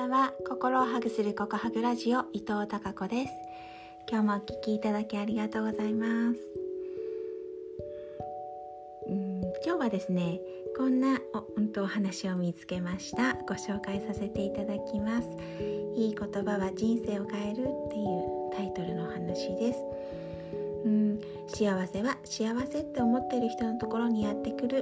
んは。心をハグするココハグラジオ、伊藤孝子です。今日もお聞きいただきありがとうございます。今日はですね、こんなお話を見つけました。ご紹介させていただきます。いい言葉は人生を変えるっていうタイトルの話です。幸せは幸せって思ってる人のところにやってくる。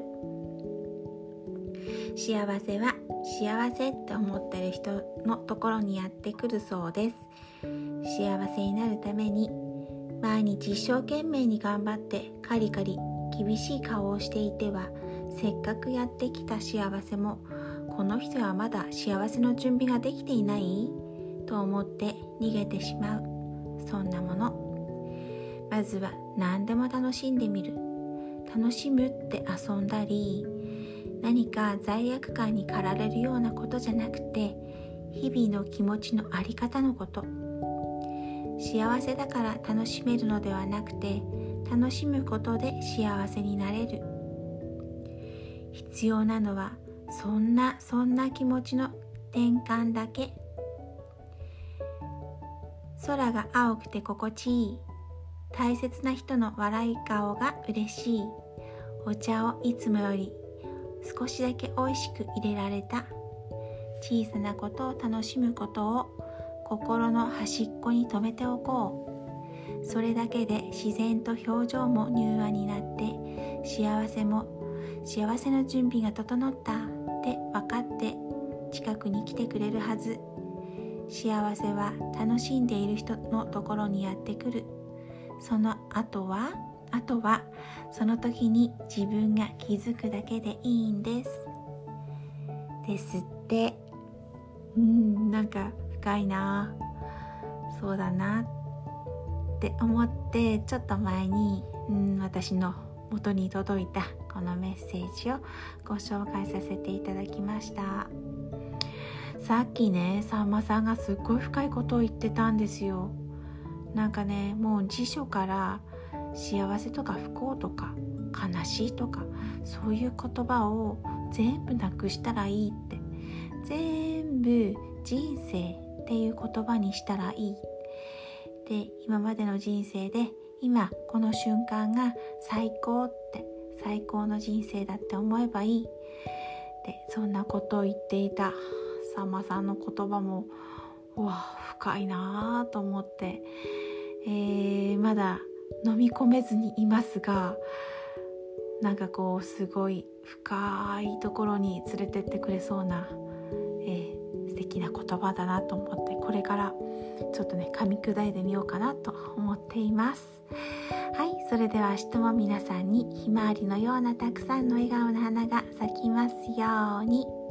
幸せは幸せって思ってる人のところにやってくるそうです。幸せになるために毎日一生懸命に頑張ってカリカリ厳しい顔をしていては、せっかくやってきた幸せもこの人はまだ幸せの準備ができていないと思って逃げてしまう。そんなもの。まずは何でも楽しんでみる。楽しむって遊んだり何か罪悪感に駆られるようなことじゃなくて、日々の気持ちのあり方のこと。幸せだから楽しめるのではなくて、楽しむことで幸せになれる。必要なのはそんな気持ちの転換だけ。空が青くて心地いい。大切な人の笑い顔が嬉しい。お茶をいつもより少しだけ美味しく入れられた。小さなことを楽しむことを心の端っこに留めておこう。それだけで自然と表情も柔和になって、幸せの準備が整ったって分かって近くに来てくれるはず。幸せは楽しんでいる人のところにやってくる。その後はその時に自分が気づくだけでいいんですって。なんか深いな、そうだなって思って、ちょっと前に私の元に届いたこのメッセージをご紹介させていただきました。さっきね、さんまさんがすっごい深いことを言ってたんですよ。なんかね、もう辞書から幸せとか不幸とか悲しいとかそういう言葉を全部なくしたらいいって、全部人生っていう言葉にしたらいいで、今までの人生で今この瞬間が最高の人生だって思えばいいで、そんなことを言っていたさんまさんの言葉も深いなと思って、まだ飲み込めずにいますが、なんかこうすごい深いところに連れてってくれそうな、素敵な言葉だなと思って、これからちょっとね噛み砕いてみようかなと思っています。はい、それでは明日も皆さんにひまわりのようなたくさんの笑顔の花が咲きますように。